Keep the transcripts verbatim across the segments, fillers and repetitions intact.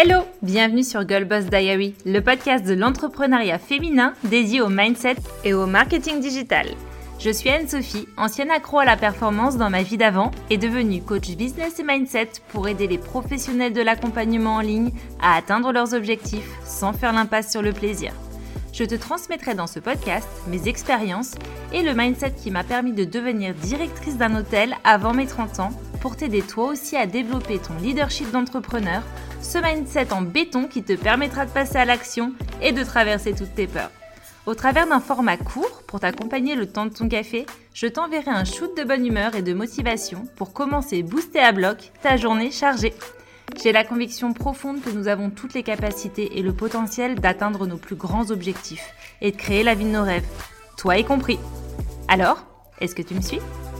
Hello, bienvenue sur Girl Boss Diary, le podcast de l'entrepreneuriat féminin dédié au mindset et au marketing digital. Je suis Anne-Sophie, ancienne accro à la performance dans ma vie d'avant et devenue coach business et mindset pour aider les professionnels de l'accompagnement en ligne à atteindre leurs objectifs sans faire l'impasse sur le plaisir. Je te transmettrai dans ce podcast mes expériences et le mindset qui m'a permis de devenir directrice d'un hôtel avant mes trente ans pour t'aider toi aussi à développer ton leadership d'entrepreneur, ce mindset en béton qui te permettra de passer à l'action et de traverser toutes tes peurs. Au travers d'un format court pour t'accompagner le temps de ton café, je t'enverrai un shoot de bonne humeur et de motivation pour commencer booster à bloc ta journée chargée. J'ai la conviction profonde que nous avons toutes les capacités et le potentiel d'atteindre nos plus grands objectifs et de créer la vie de nos rêves, toi y compris. Alors, est-ce que tu me suis ?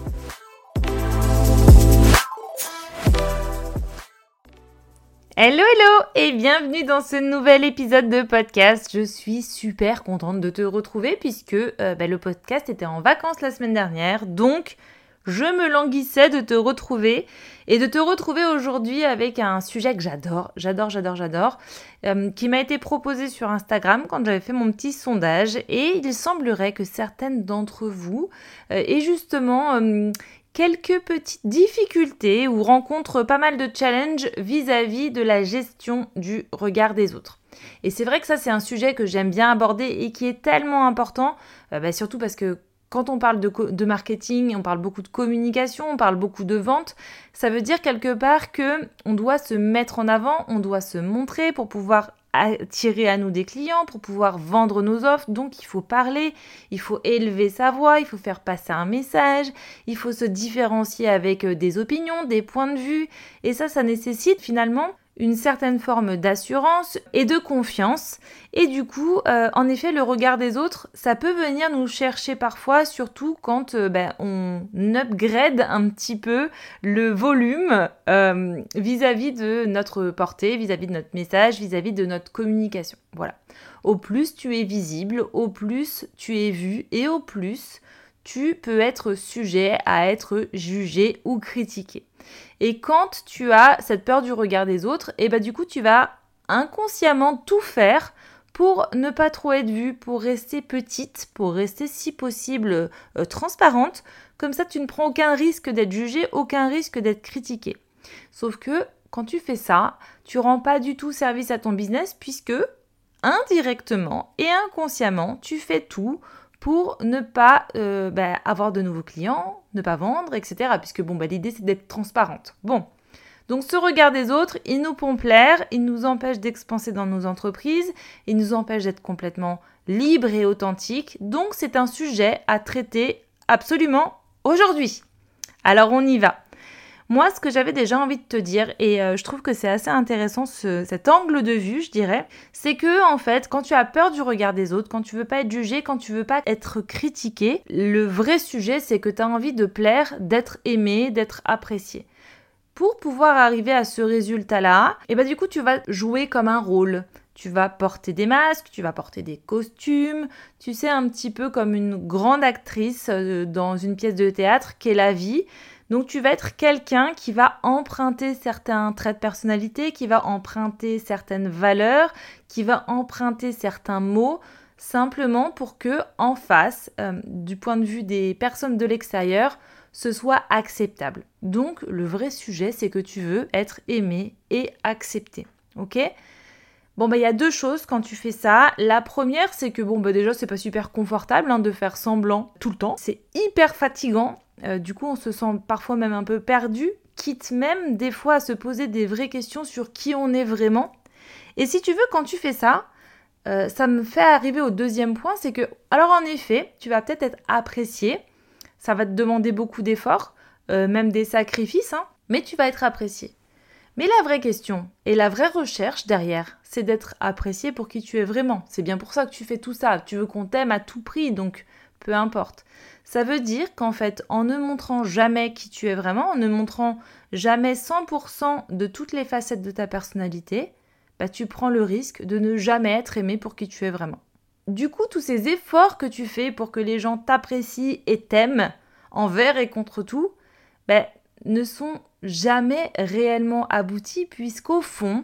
Hello hello et bienvenue dans ce nouvel épisode de podcast. Je suis super contente de te retrouver puisque euh, bah, le podcast était en vacances la semaine dernière, donc je me languissais de te retrouver et de te retrouver aujourd'hui avec un sujet que j'adore, j'adore, j'adore, j'adore, euh, qui m'a été proposé sur Instagram quand j'avais fait mon petit sondage et il semblerait que certaines d'entre vous euh, aient justement euh, quelques petites difficultés ou rencontrent pas mal de challenges vis-à-vis de la gestion du regard des autres. Et c'est vrai que ça, c'est un sujet que j'aime bien aborder et qui est tellement important, euh, bah, surtout parce que quand on parle de, co- de marketing, on parle beaucoup de communication, on parle beaucoup de vente, ça veut dire quelque part qu'on doit se mettre en avant, on doit se montrer pour pouvoir attirer à nous des clients, pour pouvoir vendre nos offres. Donc il faut parler, il faut élever sa voix, il faut faire passer un message, il faut se différencier avec des opinions, des points de vue. Et ça, ça nécessite finalement une certaine forme d'assurance et de confiance. Et du coup, euh, en effet, le regard des autres, ça peut venir nous chercher parfois, surtout quand euh, ben, on upgrade un petit peu le volume euh, vis-à-vis de notre portée, vis-à-vis de notre message, vis-à-vis de notre communication. Voilà. Au plus tu es visible, au plus tu es vu et au plus tu peux être sujet à être jugé ou critiqué. Et quand tu as cette peur du regard des autres, et bah du coup tu vas inconsciemment tout faire pour ne pas trop être vue, pour rester petite, pour rester si possible euh, transparente. Comme ça tu ne prends aucun risque d'être jugé, aucun risque d'être critiqué. Sauf que quand tu fais ça, tu rends pas du tout service à ton business puisque indirectement et inconsciemment tu fais tout pour ne pas euh, bah, avoir de nouveaux clients, ne pas vendre, et cetera. Puisque bon, bah, l'idée, c'est d'être transparente. Bon, donc ce regard des autres, il nous pompe l'air, il nous empêche d'expanser dans nos entreprises, il nous empêche d'être complètement libre et authentique. Donc, c'est un sujet à traiter absolument aujourd'hui. Alors, on y va. Moi, ce que j'avais déjà envie de te dire, et euh, je trouve que c'est assez intéressant ce, cet angle de vue, je dirais, c'est que en fait, quand tu as peur du regard des autres, quand tu veux pas être jugé, quand tu veux pas être critiqué, le vrai sujet, c'est que tu as envie de plaire, d'être aimé, d'être apprécié. Pour pouvoir arriver à ce résultat-là, et ben du coup, tu vas jouer comme un rôle. Tu vas porter des masques, tu vas porter des costumes, tu sais, un petit peu comme une grande actrice euh, dans une pièce de théâtre qu'est la vie. Donc tu vas être quelqu'un qui va emprunter certains traits de personnalité, qui va emprunter certaines valeurs, qui va emprunter certains mots, simplement pour que en face, euh, du point de vue des personnes de l'extérieur, ce soit acceptable. Donc le vrai sujet, c'est que tu veux être aimé et accepté. Ok ? Bon, bah, il y a deux choses quand tu fais ça. La première, c'est que bon, bah, déjà, c'est pas super confortable hein, de faire semblant tout le temps. C'est hyper fatigant. Euh, du coup, on se sent parfois même un peu perdu, quitte même des fois à se poser des vraies questions sur qui on est vraiment. Et si tu veux, quand tu fais ça, euh, ça me fait arriver au deuxième point, c'est que, alors en effet, tu vas peut-être être apprécié, ça va te demander beaucoup d'efforts, euh, même des sacrifices, hein, mais tu vas être apprécié. Mais la vraie question et la vraie recherche derrière, c'est d'être apprécié pour qui tu es vraiment. C'est bien pour ça que tu fais tout ça. Tu veux qu'on t'aime à tout prix, donc peu importe. Ça veut dire qu'en fait, en ne montrant jamais qui tu es vraiment, en ne montrant jamais cent pour cent de toutes les facettes de ta personnalité, bah, tu prends le risque de ne jamais être aimé pour qui tu es vraiment. Du coup, tous ces efforts que tu fais pour que les gens t'apprécient et t'aiment, envers et contre tout, bah, ne sont jamais réellement aboutis puisqu'au fond,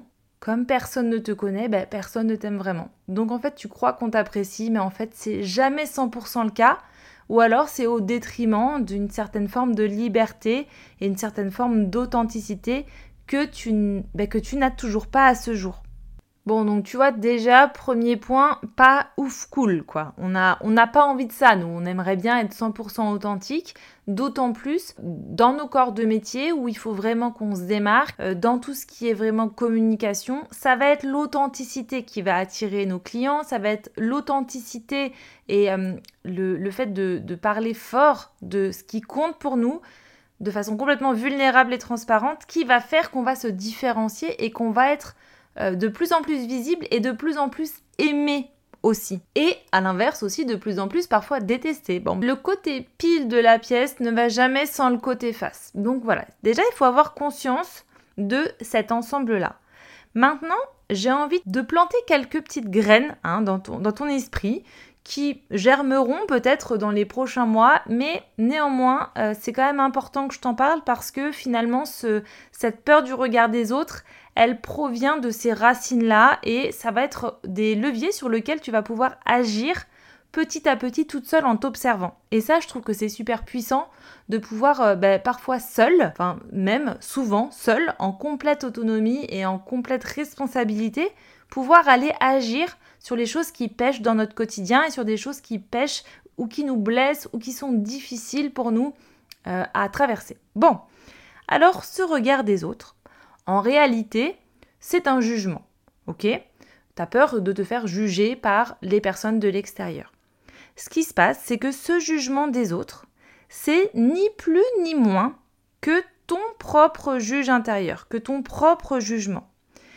comme personne ne te connaît, ben, personne ne t'aime vraiment. Donc en fait, tu crois qu'on t'apprécie, mais en fait, c'est jamais cent pour cent le cas. Ou alors, c'est au détriment d'une certaine forme de liberté et une certaine forme d'authenticité que tu, ben, que tu n'as toujours pas à ce jour. Bon, donc tu vois, déjà, premier point, pas ouf cool, quoi. On a, on n'a pas envie de ça, nous. On aimerait bien être cent pour cent authentique, d'autant plus dans nos corps de métier où il faut vraiment qu'on se démarque. Euh, dans tout ce qui est vraiment communication, ça va être l'authenticité qui va attirer nos clients, ça va être l'authenticité et euh, le, le fait de, de parler fort de ce qui compte pour nous, de façon complètement vulnérable et transparente, qui va faire qu'on va se différencier et qu'on va être de plus en plus visible et de plus en plus aimé aussi. Et à l'inverse aussi, de plus en plus parfois détesté. Bon, le côté pile de la pièce ne va jamais sans le côté face. Donc voilà, déjà il faut avoir conscience de cet ensemble-là. Maintenant, j'ai envie de planter quelques petites graines hein, dans, ton, dans ton esprit qui germeront peut-être dans les prochains mois, mais néanmoins, euh, c'est quand même important que je t'en parle parce que finalement, ce, cette peur du regard des autres, elle provient de ces racines-là et ça va être des leviers sur lesquels tu vas pouvoir agir petit à petit toute seule en t'observant. Et ça, je trouve que c'est super puissant de pouvoir euh, bah, parfois seule, enfin même souvent seule, en complète autonomie et en complète responsabilité, pouvoir aller agir sur les choses qui pêchent dans notre quotidien et sur des choses qui pêchent ou qui nous blessent ou qui sont difficiles pour nous euh, à traverser. Bon, alors ce regard des autres, en réalité, c'est un jugement, ok ? T'as peur de te faire juger par les personnes de l'extérieur. Ce qui se passe, c'est que ce jugement des autres, c'est ni plus ni moins que ton propre juge intérieur, que ton propre jugement.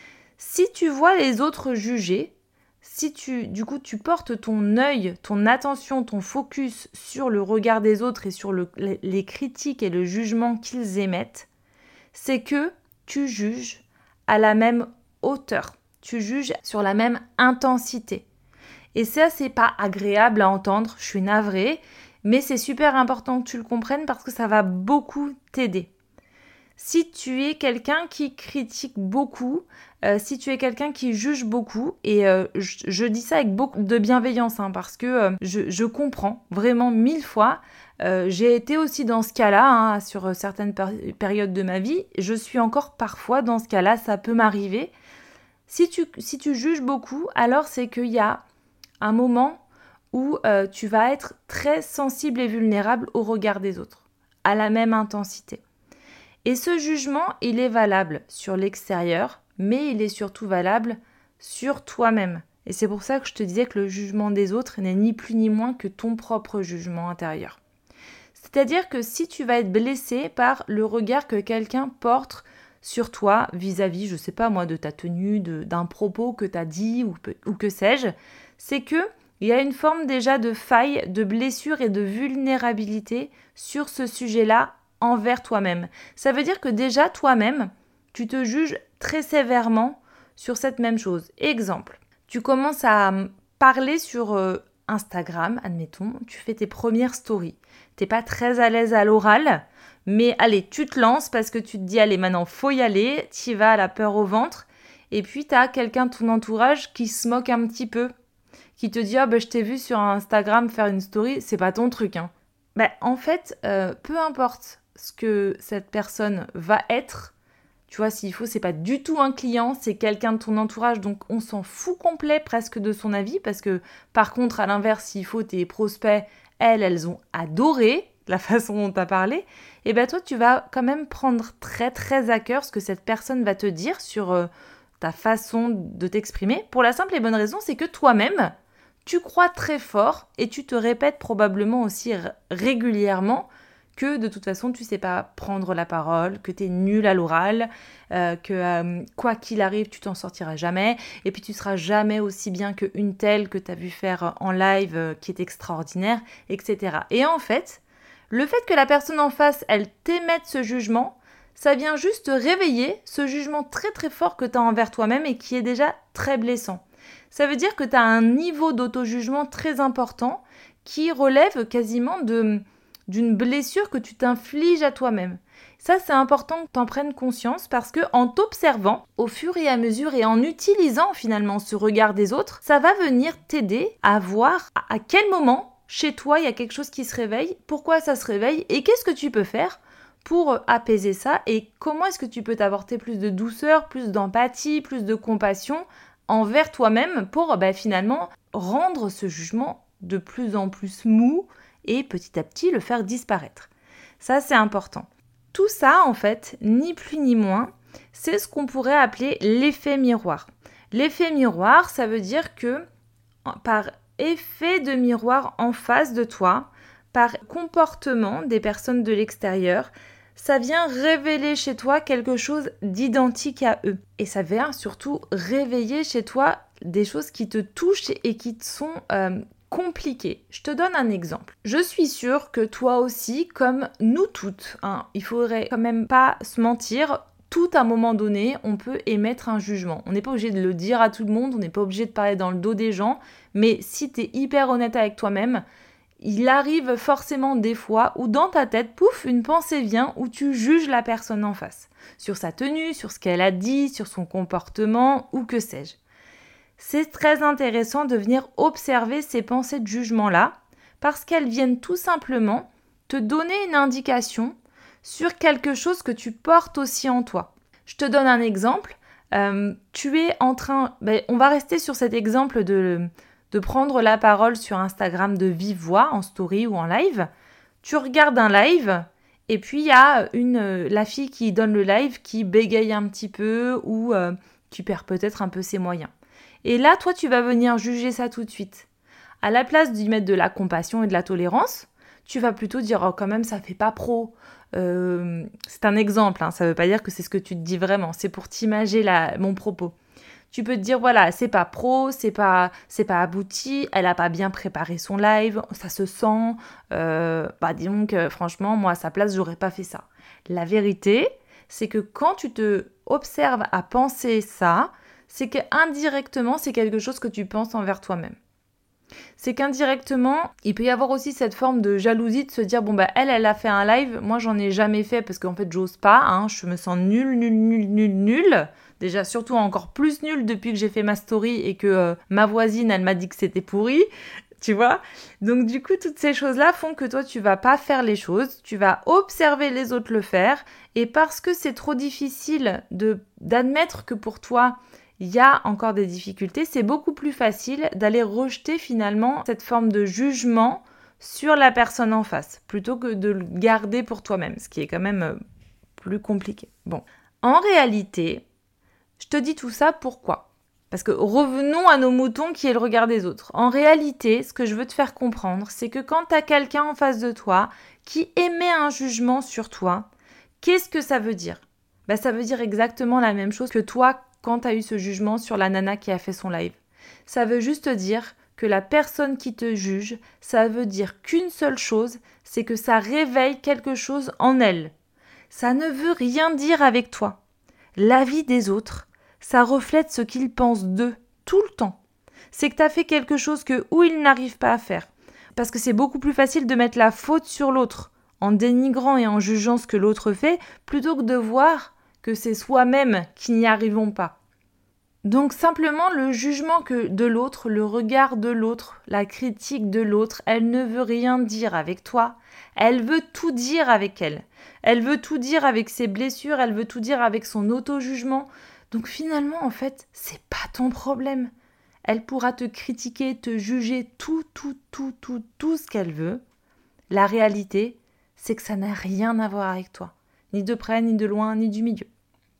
Si tu vois les autres juger, si tu, du coup, tu portes ton œil, ton attention, ton focus sur le regard des autres et sur le, les, les critiques et le jugement qu'ils émettent, c'est que tu juges à la même hauteur, tu juges sur la même intensité. Et ça, c'est pas agréable à entendre, je suis navrée, mais c'est super important que tu le comprennes parce que ça va beaucoup t'aider. Si tu es quelqu'un qui critique beaucoup, euh, si tu es quelqu'un qui juge beaucoup, et euh, je, je dis ça avec beaucoup de bienveillance, hein, parce que euh, je, je comprends vraiment mille fois, euh, j'ai été aussi dans ce cas-là, hein, sur certaines per- périodes de ma vie, je suis encore parfois dans ce cas-là, ça peut m'arriver. Si tu, si tu juges beaucoup, alors c'est qu'il y a un moment où euh, tu vas être très sensible et vulnérable au regard des autres, à la même intensité. Et ce jugement, il est valable sur l'extérieur, mais il est surtout valable sur toi-même. Et c'est pour ça que je te disais que le jugement des autres n'est ni plus ni moins que ton propre jugement intérieur. C'est-à-dire que si tu vas être blessé par le regard que quelqu'un porte sur toi vis-à-vis, je sais pas moi, de ta tenue, de, d'un propos que tu as dit ou, ou que sais-je, c'est que il y a une forme déjà de faille, de blessure et de vulnérabilité sur ce sujet-là envers toi-même. Ça veut dire que déjà toi-même, tu te juges très sévèrement sur cette même chose. Exemple, tu commences à parler sur euh, Instagram, admettons, tu fais tes premières stories. T'es pas très à l'aise à l'oral, mais allez, tu te lances parce que tu te dis, allez, maintenant, faut y aller, t'y vas à la peur au ventre, et puis t'as quelqu'un de ton entourage qui se moque un petit peu, qui te dit, ah oh, ben je t'ai vu sur Instagram faire une story, c'est pas ton truc, hein. Ben, en fait, euh, peu importe ce que cette personne va être, tu vois, s'il faut, c'est pas du tout un client, c'est quelqu'un de ton entourage, donc on s'en fout complet presque de son avis, parce que par contre, à l'inverse, s'il faut, tes prospects, elles, elles ont adoré la façon dont tu as parlé, et ben toi, tu vas quand même prendre très très à cœur ce que cette personne va te dire sur euh, ta façon de t'exprimer, pour la simple et bonne raison, c'est que toi-même, tu crois très fort et tu te répètes probablement aussi r- régulièrement que de toute façon, tu sais pas prendre la parole, que tu es nul à l'oral, euh, que euh, quoi qu'il arrive, tu t'en sortiras jamais, et puis tu seras jamais aussi bien qu'une telle que tu as vu faire en live, euh, qui est extraordinaire, et cetera. Et en fait, le fait que la personne en face, elle t'émette ce jugement, ça vient juste réveiller ce jugement très très fort que tu as envers toi-même et qui est déjà très blessant. Ça veut dire que tu as un niveau d'auto-jugement très important qui relève quasiment de, d'une blessure que tu t'infliges à toi-même. Ça, c'est important que tu en prennes conscience parce que en t'observant, au fur et à mesure et en utilisant finalement ce regard des autres, ça va venir t'aider à voir à quel moment chez toi il y a quelque chose qui se réveille, pourquoi ça se réveille et qu'est-ce que tu peux faire pour apaiser ça et comment est-ce que tu peux t'apporter plus de douceur, plus d'empathie, plus de compassion envers toi-même pour bah, finalement rendre ce jugement de plus en plus mou et petit à petit le faire disparaître. Ça, c'est important. Tout ça, en fait, ni plus ni moins, c'est ce qu'on pourrait appeler l'effet miroir. L'effet miroir, ça veut dire que par effet de miroir en face de toi, par comportement des personnes de l'extérieur, ça vient révéler chez toi quelque chose d'identique à eux. Et ça vient surtout réveiller chez toi des choses qui te touchent et qui te sont euh, compliquées. Je te donne un exemple. Je suis sûre que toi aussi, comme nous toutes, hein, il faudrait quand même pas se mentir, tout à un moment donné, on peut émettre un jugement. On n'est pas obligé de le dire à tout le monde, on n'est pas obligé de parler dans le dos des gens, mais si tu es hyper honnête avec toi-même, il arrive forcément des fois où dans ta tête, pouf, une pensée vient où tu juges la personne en face. Sur sa tenue, sur ce qu'elle a dit, sur son comportement ou que sais-je. C'est très intéressant de venir observer ces pensées de jugement-là parce qu'elles viennent tout simplement te donner une indication sur quelque chose que tu portes aussi en toi. Je te donne un exemple. Euh, tu es en train... Ben, on va rester sur cet exemple de... de prendre la parole sur Instagram de vive voix, en story ou en live. Tu regardes un live et puis il y a une, la fille qui donne le live qui bégaye un petit peu ou euh, qui perd peut-être un peu ses moyens. Et là, toi, tu vas venir juger ça tout de suite. À la place d'y mettre de la compassion et de la tolérance, tu vas plutôt dire « Oh, quand même, ça fait pas pro euh, ». C'est un exemple, hein, ça veut pas dire que c'est ce que tu te dis vraiment. C'est pour t'imager la, mon propos. Tu peux te dire, voilà, c'est pas pro, c'est pas, c'est pas abouti, elle a pas bien préparé son live, ça se sent. Euh, bah, dis donc, euh, franchement, moi, à sa place, j'aurais pas fait ça. La vérité, c'est que quand tu te observes à penser ça, c'est qu'indirectement, c'est quelque chose que tu penses envers toi-même. C'est qu'indirectement, il peut y avoir aussi cette forme de jalousie de se dire, bon, bah, elle, elle a fait un live, moi, j'en ai jamais fait parce qu'en fait, j'ose pas, hein, je me sens nulle, nulle, nulle, nulle, nulle. Déjà, surtout encore plus nulle depuis que j'ai fait ma story et que euh, ma voisine, elle m'a dit que c'était pourri, tu vois. Donc, du coup, toutes ces choses-là font que toi, tu vas pas faire les choses, tu vas observer les autres le faire. Et parce que c'est trop difficile de, d'admettre que pour toi, il y a encore des difficultés, c'est beaucoup plus facile d'aller rejeter finalement cette forme de jugement sur la personne en face, plutôt que de le garder pour toi-même, ce qui est quand même euh, plus compliqué. Bon, en réalité... Je te dis tout ça pourquoi ? Parce que revenons à nos moutons qui est le regard des autres. En réalité, ce que je veux te faire comprendre, c'est que quand tu as quelqu'un en face de toi qui émet un jugement sur toi, qu'est-ce que ça veut dire ? Ben, ça veut dire exactement la même chose que toi quand tu as eu ce jugement sur la nana qui a fait son live. Ça veut juste dire que la personne qui te juge, ça veut dire qu'une seule chose, c'est que ça réveille quelque chose en elle. Ça ne veut rien dire avec toi. L'avis des autres, ça reflète ce qu'ils pensent d'eux, tout le temps. C'est que tu as fait quelque chose que ou ils n'arrivent pas à faire. Parce que c'est beaucoup plus facile de mettre la faute sur l'autre, en dénigrant et en jugeant ce que l'autre fait, plutôt que de voir que c'est soi-même qui n'y arrivons pas. Donc simplement le jugement que de l'autre, le regard de l'autre, la critique de l'autre, elle ne veut rien dire avec toi. Elle veut tout dire avec elle. Elle veut tout dire avec ses blessures, elle veut tout dire avec son auto-jugement. Donc finalement, en fait, c'est pas ton problème. Elle pourra te critiquer, te juger, tout, tout, tout, tout, tout ce qu'elle veut. La réalité, c'est que ça n'a rien à voir avec toi. Ni de près, ni de loin, ni du milieu.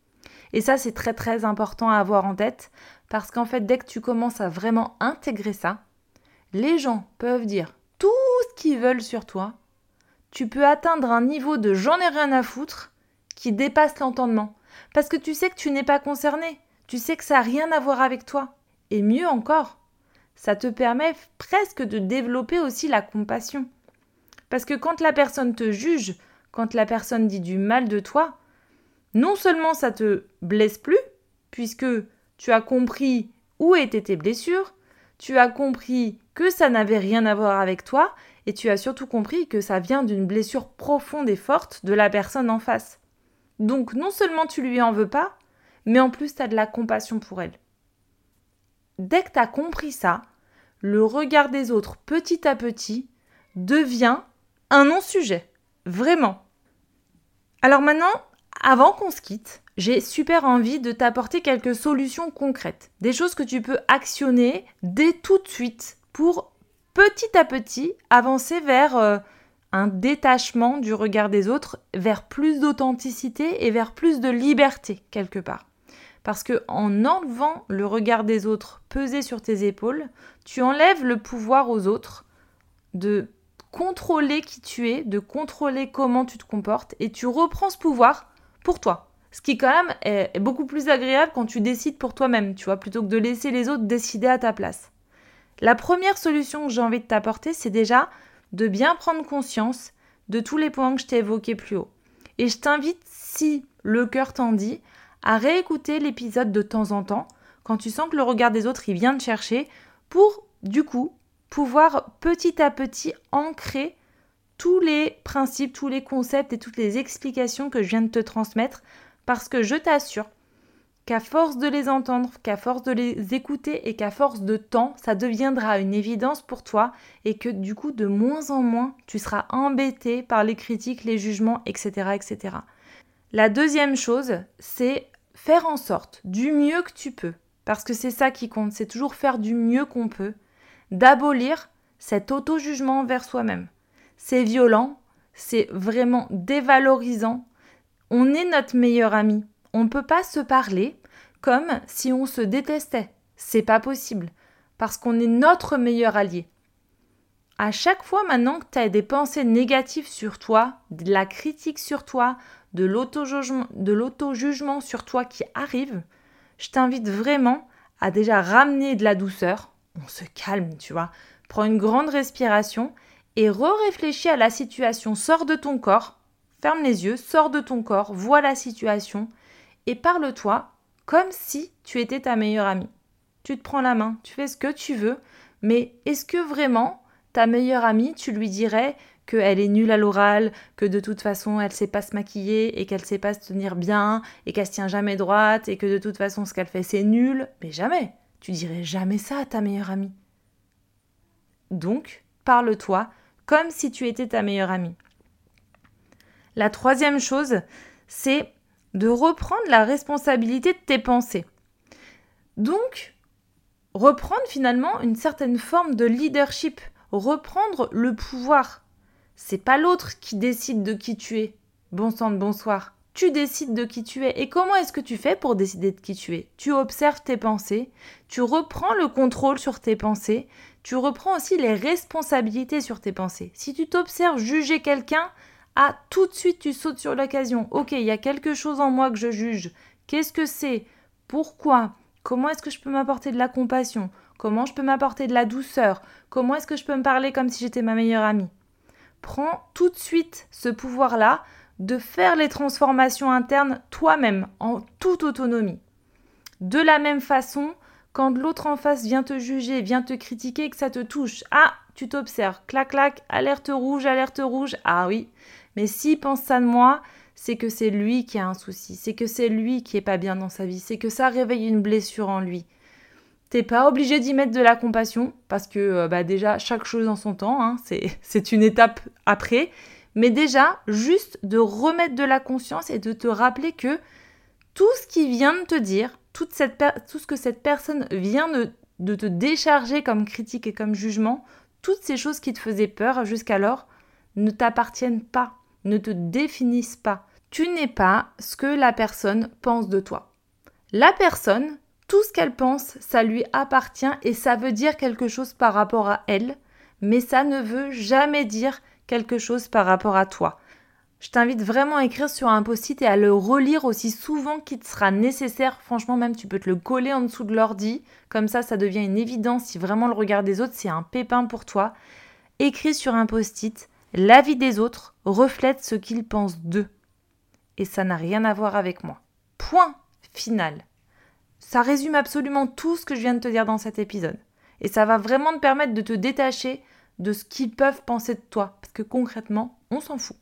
Et ça, c'est très, très important à avoir en tête parce qu'en fait, dès que tu commences à vraiment intégrer ça, les gens peuvent dire tout ce qu'ils veulent sur toi. Tu peux atteindre un niveau de « j'en ai rien à foutre » qui dépasse l'entendement. Parce que tu sais que tu n'es pas concerné. Tu sais que ça n'a rien à voir avec toi. Et mieux encore, ça te permet presque de développer aussi la compassion. Parce que quand la personne te juge, quand la personne dit du mal de toi, non seulement ça te blesse plus, puisque tu as compris où étaient tes blessures, tu as compris que ça n'avait rien à voir avec toi, et tu as surtout compris que ça vient d'une blessure profonde et forte de la personne en face. Donc non seulement tu lui en veux pas, mais en plus tu as de la compassion pour elle. Dès que tu as compris ça, le regard des autres petit à petit devient un non-sujet. Vraiment. Alors maintenant, avant qu'on se quitte, j'ai super envie de t'apporter quelques solutions concrètes. Des choses que tu peux actionner dès tout de suite pour petit à petit avancer vers euh, un détachement du regard des autres, vers plus d'authenticité et vers plus de liberté quelque part. Parce qu'en enlevant le regard des autres peser sur tes épaules, tu enlèves le pouvoir aux autres de contrôler qui tu es, de contrôler comment tu te comportes, et tu reprends ce pouvoir pour toi. Ce qui quand même est, est beaucoup plus agréable quand tu décides pour toi-même, tu vois, plutôt que de laisser les autres décider à ta place. La première solution que j'ai envie de t'apporter, c'est déjà de bien prendre conscience de tous les points que je t'ai évoqués plus haut. Et je t'invite, si le cœur t'en dit, à réécouter l'épisode de temps en temps, quand tu sens que le regard des autres, il vient te chercher, pour, du coup, pouvoir petit à petit ancrer tous les principes, tous les concepts et toutes les explications que je viens de te transmettre, parce que je t'assure qu'à force de les entendre, qu'à force de les écouter et qu'à force de temps, ça deviendra une évidence pour toi et que du coup, de moins en moins, tu seras embêté par les critiques, les jugements, et cetera, et cetera. La deuxième chose, c'est faire en sorte, du mieux que tu peux, parce que c'est ça qui compte, c'est toujours faire du mieux qu'on peut, d'abolir cet auto-jugement envers soi-même. C'est violent, c'est vraiment dévalorisant. On est notre meilleur ami. On ne peut pas se parler comme si on se détestait. C'est pas possible, parce qu'on est notre meilleur allié. À chaque fois maintenant que tu as des pensées négatives sur toi, de la critique sur toi, de l'auto-jugement, de l'auto-jugement sur toi qui arrive, je t'invite vraiment à déjà ramener de la douceur. On se calme, tu vois. Prends une grande respiration et re-réfléchis à la situation. Sors de ton corps, ferme les yeux, sors de ton corps, vois la situation et parle-toi comme si tu étais ta meilleure amie. Tu te prends la main, tu fais ce que tu veux, mais est-ce que vraiment ta meilleure amie, tu lui dirais qu'elle est nulle à l'oral, que de toute façon elle sait pas se maquiller et qu'elle sait pas se tenir bien et qu'elle se tient jamais droite et que de toute façon ce qu'elle fait c'est nul? Mais jamais. Tu dirais jamais ça à ta meilleure amie. Donc, parle-toi comme si tu étais ta meilleure amie. La troisième chose, c'est de reprendre la responsabilité de tes pensées. Donc, reprendre finalement une certaine forme de leadership, reprendre le pouvoir. C'est pas l'autre qui décide de qui tu es. Bon sang de bonsoir. Tu décides de qui tu es. Et comment est-ce que tu fais pour décider de qui tu es? Tu observes tes pensées, tu reprends le contrôle sur tes pensées, tu reprends aussi les responsabilités sur tes pensées. Si tu t'observes juger quelqu'un, ah, tout de suite tu sautes sur l'occasion. Ok, il y a quelque chose en moi que je juge. Qu'est-ce que c'est? Pourquoi? Comment est-ce que je peux m'apporter de la compassion? Comment je peux m'apporter de la douceur? Comment est-ce que je peux me parler comme si j'étais ma meilleure amie? Prends tout de suite ce pouvoir-là de faire les transformations internes toi-même, en toute autonomie. De la même façon, quand l'autre en face vient te juger, vient te critiquer, que ça te touche, ah, tu t'observes, clac, clac, alerte rouge, alerte rouge, ah oui, mais s'il pense ça de moi, c'est que c'est lui qui a un souci, c'est que c'est lui qui est pas bien dans sa vie, c'est que ça réveille une blessure en lui. T'es pas obligé d'y mettre de la compassion, parce que euh, bah déjà, chaque chose en son temps, hein, c'est, c'est une étape après, mais déjà, juste de remettre de la conscience et de te rappeler que tout ce qu'il vient de te dire, toute cette per- tout ce que cette personne vient de, de te décharger comme critique et comme jugement, toutes ces choses qui te faisaient peur jusqu'alors, ne t'appartiennent pas, ne te définissent pas. Tu n'es pas ce que la personne pense de toi. La personne, tout ce qu'elle pense, ça lui appartient et ça veut dire quelque chose par rapport à elle, mais ça ne veut jamais dire quelque chose par rapport à toi. Je t'invite vraiment à écrire sur un post-it et à le relire aussi souvent qu'il te sera nécessaire. Franchement, même tu peux te le coller en dessous de l'ordi. Comme ça, ça devient une évidence si vraiment le regard des autres, c'est un pépin pour toi. Écris sur un post-it, l'avis des autres reflète ce qu'ils pensent d'eux. Et ça n'a rien à voir avec moi. Point final. Ça résume absolument tout ce que je viens de te dire dans cet épisode. Et ça va vraiment te permettre de te détacher de ce qu'ils peuvent penser de toi. Parce que concrètement, on s'en fout.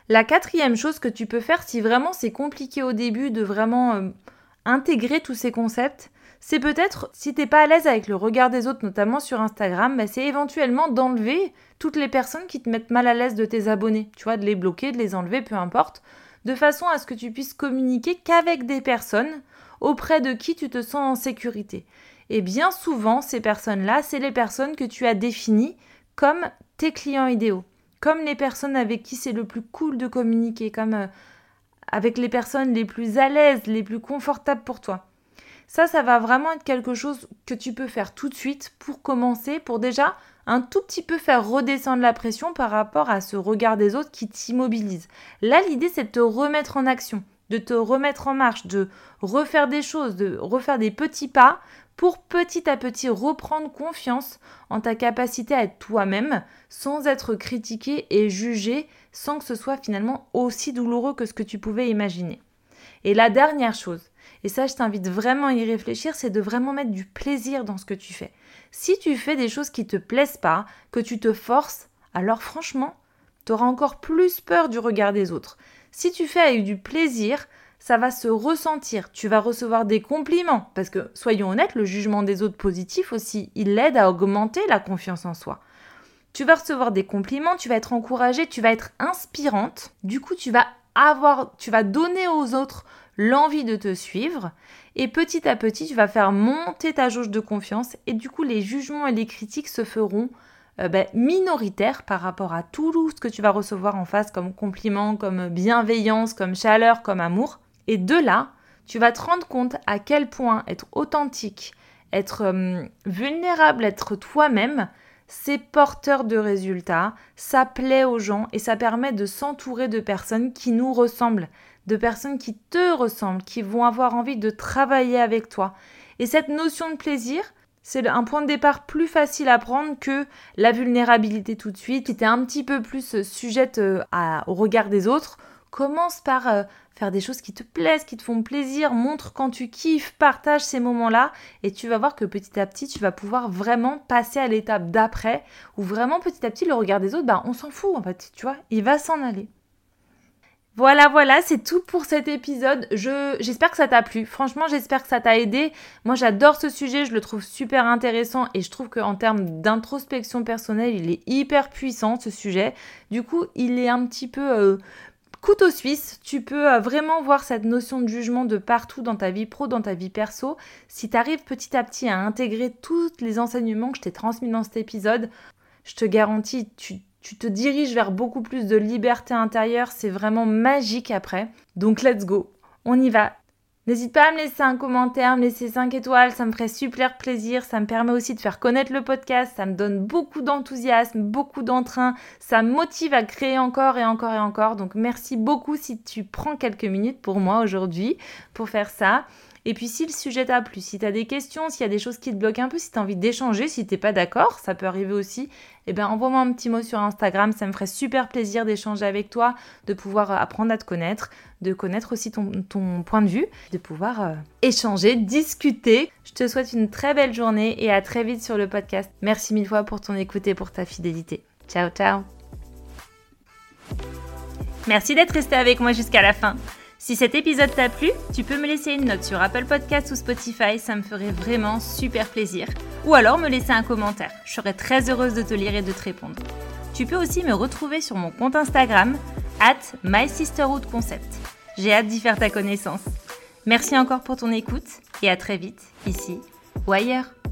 La quatrième chose que tu peux faire, si vraiment c'est compliqué au début de vraiment euh, intégrer tous ces concepts, c'est peut-être, si t'es pas à l'aise avec le regard des autres, notamment sur Instagram, bah c'est éventuellement d'enlever toutes les personnes qui te mettent mal à l'aise de tes abonnés. Tu vois, de les bloquer, de les enlever, peu importe, de façon à ce que tu puisses communiquer qu'avec des personnes auprès de qui tu te sens en sécurité. Et bien souvent, ces personnes-là, c'est les personnes que tu as définies comme tes clients idéaux, comme les personnes avec qui c'est le plus cool de communiquer, comme euh, avec les personnes les plus à l'aise, les plus confortables pour toi. Ça, ça va vraiment être quelque chose que tu peux faire tout de suite pour commencer, pour déjà un tout petit peu faire redescendre la pression par rapport à ce regard des autres qui t'immobilise. Là, l'idée, c'est de te remettre en action, de te remettre en marche, de refaire des choses, de refaire des petits pas pour petit à petit reprendre confiance en ta capacité à être toi-même sans être critiqué et jugé, sans que ce soit finalement aussi douloureux que ce que tu pouvais imaginer. Et la dernière chose, et ça je t'invite vraiment à y réfléchir, c'est de vraiment mettre du plaisir dans ce que tu fais. Si tu fais des choses qui ne te plaisent pas, que tu te forces, alors franchement, tu auras encore plus peur du regard des autres. Si tu fais avec du plaisir, ça va se ressentir. Tu vas recevoir des compliments, parce que, soyons honnêtes, le jugement des autres positif aussi, il aide à augmenter la confiance en soi. Tu vas recevoir des compliments, tu vas être encouragée, tu vas être inspirante. Du coup, tu vas avoir, tu vas donner aux autres l'envie de te suivre et petit à petit, tu vas faire monter ta jauge de confiance et du coup, les jugements et les critiques se feront euh, ben, minoritaires par rapport à tout ce que tu vas recevoir en face comme compliments, comme bienveillance, comme chaleur, comme amour. Et de là, tu vas te rendre compte à quel point être authentique, être euh, vulnérable, être toi-même, c'est porteur de résultats, ça plaît aux gens et ça permet de s'entourer de personnes qui nous ressemblent, de personnes qui te ressemblent, qui vont avoir envie de travailler avec toi. Et cette notion de plaisir, c'est un point de départ plus facile à prendre que la vulnérabilité tout de suite. Si tu es un petit peu plus sujette à, au regard des autres, commence par euh, faire des choses qui te plaisent, qui te font plaisir, montre quand tu kiffes, partage ces moments-là et tu vas voir que petit à petit, tu vas pouvoir vraiment passer à l'étape d'après où vraiment petit à petit, le regard des autres, bah, on s'en fout en fait, tu vois, il va s'en aller. Voilà, voilà, c'est tout pour cet épisode. Je, j'espère que ça t'a plu. Franchement, j'espère que ça t'a aidé. Moi, j'adore ce sujet, je le trouve super intéressant et je trouve qu'en termes d'introspection personnelle, il est hyper puissant, ce sujet. Du coup, il est un petit peu euh, couteau suisse. Tu peux euh, vraiment voir cette notion de jugement de partout dans ta vie pro, dans ta vie perso. Si tu arrives petit à petit à intégrer tous les enseignements que je t'ai transmis dans cet épisode, je te garantis, tu Tu te diriges vers beaucoup plus de liberté intérieure, c'est vraiment magique après. Donc let's go, on y va. N'hésite pas à me laisser un commentaire, me laisser cinq étoiles, ça me ferait super plaisir. Ça me permet aussi de faire connaître le podcast, ça me donne beaucoup d'enthousiasme, beaucoup d'entrain. Ça me motive à créer encore et encore et encore. Donc merci beaucoup si tu prends quelques minutes pour moi aujourd'hui pour faire ça. Et puis si le sujet t'a plu, si tu as des questions, s'il y a des choses qui te bloquent un peu, si tu as envie d'échanger, si tu n'es pas d'accord, ça peut arriver aussi, eh bien envoie-moi un petit mot sur Instagram, ça me ferait super plaisir d'échanger avec toi, de pouvoir apprendre à te connaître, de connaître aussi ton, ton point de vue, de pouvoir euh, échanger, discuter. Je te souhaite une très belle journée et à très vite sur le podcast. Merci mille fois pour ton écoute et pour ta fidélité. Ciao, ciao. Merci d'être resté avec moi jusqu'à la fin. Si cet épisode t'a plu, tu peux me laisser une note sur Apple Podcasts ou Spotify, ça me ferait vraiment super plaisir. Ou alors me laisser un commentaire, je serais très heureuse de te lire et de te répondre. Tu peux aussi me retrouver sur mon compte Instagram, arobase my sisterhood concept. J'ai hâte d'y faire ta connaissance. Merci encore pour ton écoute et à très vite, ici ou ailleurs.